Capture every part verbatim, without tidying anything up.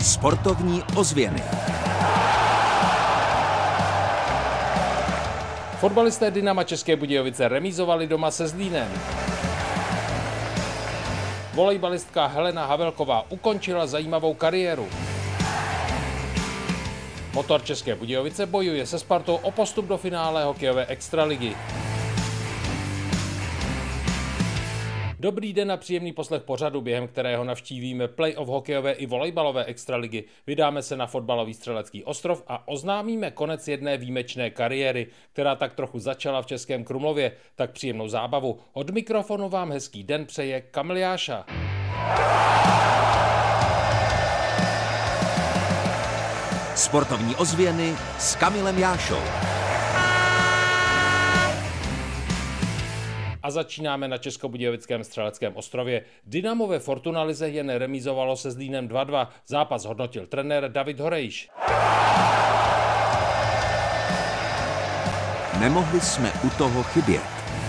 Sportovní ozvěny. Fotbalisté Dynama České Budějovice remízovali doma se Zlínem. Volejbalistka Helena Havelková ukončila zajímavou kariéru. Motor České Budějovice bojuje se Spartou o postup do finále hokejové extraligy. Dobrý den a příjemný poslech pořadu, během kterého navštívíme play-off hokejové i volejbalové extraligy. Vydáme se na fotbalový Střelecký ostrov a oznámíme konec jedné výjimečné kariéry, která tak trochu začala v Českém Krumlově. Tak příjemnou zábavu. Od mikrofonu vám hezký den přeje Kamil Jáša. Sportovní ozvěny s Kamilem Jášou. A začínáme na Českobudějovickém Střeleckém ostrově. Dynamo ve Fortuna lize jen remízovalo se Zlínem dva dva. Zápas hodnotil trenér David Horejš. Nemohli jsme u toho chybět.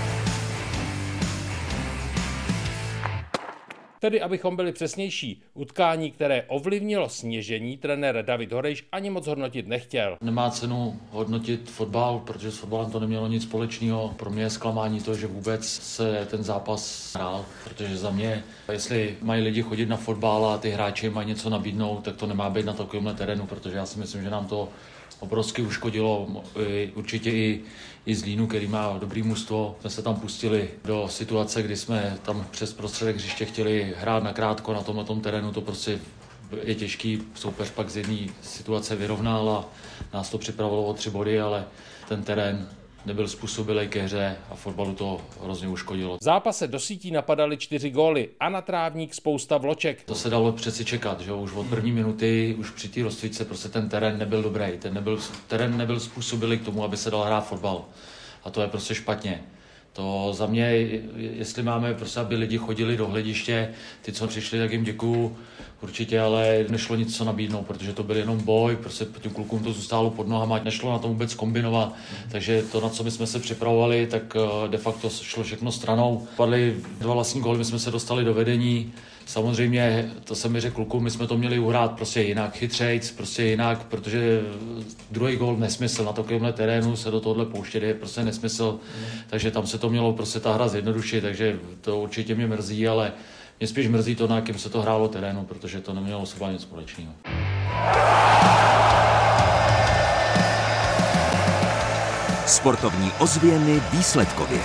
Tedy, abychom byli přesnější, utkání, které ovlivnilo sněžení, trenér David Horejš ani moc hodnotit nechtěl. Nemá cenu hodnotit fotbal, protože s fotbalem to nemělo nic společného. Pro mě je zklamání to, že vůbec se ten zápas hrál, protože za mě, jestli mají lidi chodit na fotbal a ty hráči mají něco nabídnout, tak to nemá být na takovémhle terénu, protože já si myslím, že nám to obrovsky uškodilo, určitě i, i Zlínu, který má dobrý mužstvo. Jsme se tam pustili do situace, kdy jsme tam přes prostředek hřiště chtěli hrát nakrátko na tomhle terénu, to prostě je těžký. Soupeř pak z jedné situace vyrovnal a nás to připravilo o tři body, ale ten terén nebyl způsobilý ke hře a fotbalu to hrozně uškodilo. V zápase do sítí napadaly čtyři góly a na trávník spousta vloček. To se dalo přeci čekat, že už od první minuty, už při té rozcvičce prostě ten terén nebyl dobrý. Ten nebyl, terén nebyl způsobilý k tomu, aby se dal hrát fotbal. A to je prostě špatně. To za mě, jestli máme prostě, aby lidi chodili do hlediště, ty, co přišli, tak jim děkuju určitě, ale nešlo nic co nabídnout, protože to byl jenom boj, prostě těm klukům to zůstalo pod nohama, nešlo na tom vůbec kombinovat, takže to, na co my jsme se připravovali, tak de facto šlo všechno stranou. Padly dva vlastní góly, my jsme se dostali do vedení. Samozřejmě, to jsem mi řekl klukům, my jsme to měli uhrát prostě jinak, chytřejc, prostě jinak, protože druhý gól nesmysl, na takovémhle terénu se do tohohle pouštět je prostě nesmysl, mm. takže tam se to mělo prostě ta hra zjednodušit, takže to určitě mě mrzí, ale mě spíš mrzí to, na jakém se to hrálo terénu, protože to nemělo sobě nic společného. Sportovní ozvěny výsledkově.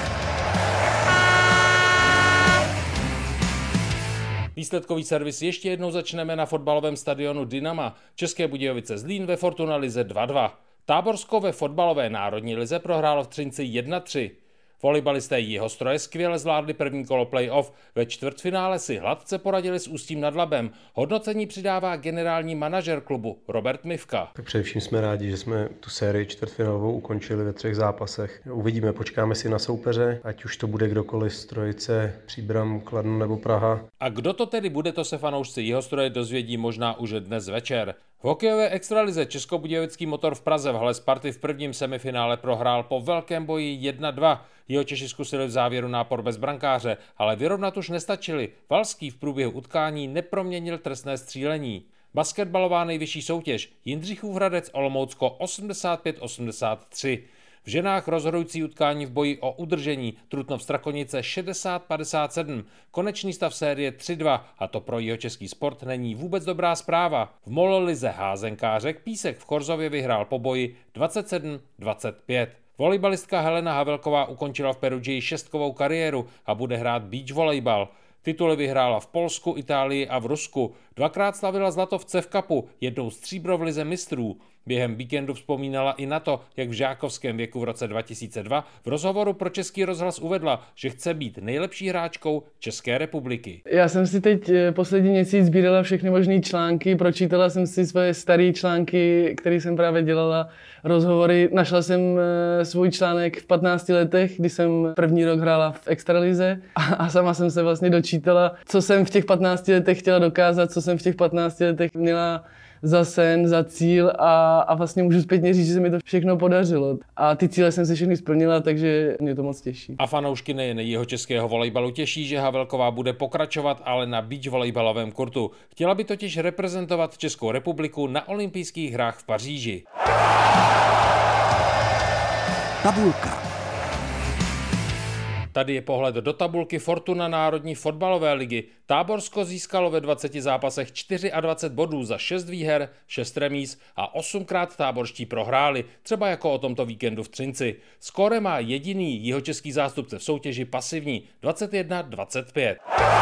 Výsledkový servis ještě jednou začneme na fotbalovém stadionu Dynama. České Budějovice Zlín ve Fortuna lize dva dva. Táborsko ve fotbalové národní lize prohrálo v Třinci jedna tři. Volejbalisté Jihostroje skvěle zvládli první kolo play-off. Ve čtvrtfinále si hladce poradili s Ústím nad Labem. Hodnocení přidává generální manažer klubu Robert Mivka. Tak především jsme rádi, že jsme tu sérii čtvrtfinálovou ukončili ve třech zápasech. Uvidíme, počkáme si na soupeře, ať už to bude kdokoliv z trojice, Příbram, Kladno nebo Praha. A kdo to tedy bude, to se fanoušci Jihostroje dozvědí možná už dnes večer. V hokejové extralize Českobudějovický Motor v Praze v hale Sparty v prvním semifinále prohrál po velkém boji jedna dva. Jihočeši zkusili v závěru nápor bez brankáře, ale vyrovnat už nestačili. Valský v průběhu utkání neproměnil trestné střílení. Basketbalová nejvyšší soutěž Jindřichův Hradec Olomoucko osmdesát pět osmdesát tři. V ženách rozhodující utkání v boji o udržení Trutnov Strakonice šedesát padesát sedm. Konečný stav série tři dva a to pro jihočeský sport není vůbec dobrá zpráva. V mololize házenkářek Písek v Chorzově vyhrál po boji dvacet sedm dvacet pět. Volejbalistka Helena Havelková ukončila v Perugii šestkovou kariéru a bude hrát beach volejbal. Tituly vyhrála v Polsku, Itálii a v Rusku. Dvakrát slavila zlato v C E F Cupu, jednou stříbro v lize mistrů. Během víkendu vzpomínala i na to, jak v žákovském věku v roce dva tisíce dva v rozhovoru pro Český rozhlas uvedla, že chce být nejlepší hráčkou České republiky. Já jsem si teď poslední měsíc sbírala všechny možné články, pročítala jsem si svoje staré články, které jsem právě dělala, rozhovory. Našla jsem svůj článek v patnácti letech, kdy jsem první rok hrála v extralize a sama jsem se vlastně dočítala, co jsem v těch patnácti letech chtěla dokázat, co jsem v těch patnácti letech měla za sen, za cíl a, a vlastně můžu zpětně říct, že se mi to všechno podařilo. A ty cíle jsem si všechny splnila, takže mě to moc těší. A fanoušky nejen jeho českého volejbalu těší, že Havelková bude pokračovat, ale na beach volejbalovém kurtu. Chtěla by totiž reprezentovat Českou republiku na olympijských hrách v Paříži. Tabulka. Tady je pohled do tabulky Fortuna Národní fotbalové ligy. Táborsko získalo ve dvaceti zápasech dvacet čtyři bodů za šest výher, šest remíz a osmkrát táborští prohráli, třeba jako o tomto víkendu v Třinci. Skóre má jediný jihočeský zástupce v soutěži pasivní dvacet jedna dvacet pět.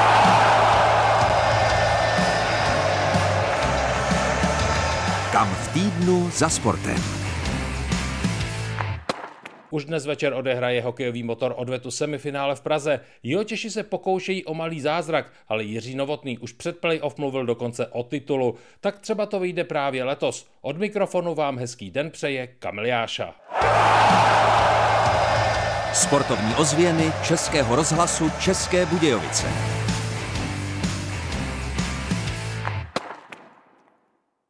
Kam v týdnu za sportem. Už dnes večer odehraje hokejový Motor odvetu semifinále v Praze. Jihočeši se pokoušejí o malý zázrak, ale Jiří Novotný už před playoff mluvil dokonce o titulu. Tak třeba to vyjde právě letos. Od mikrofonu vám hezký den přeje Kamil Jáša. Sportovní ozvěny Českého rozhlasu České Budějovice.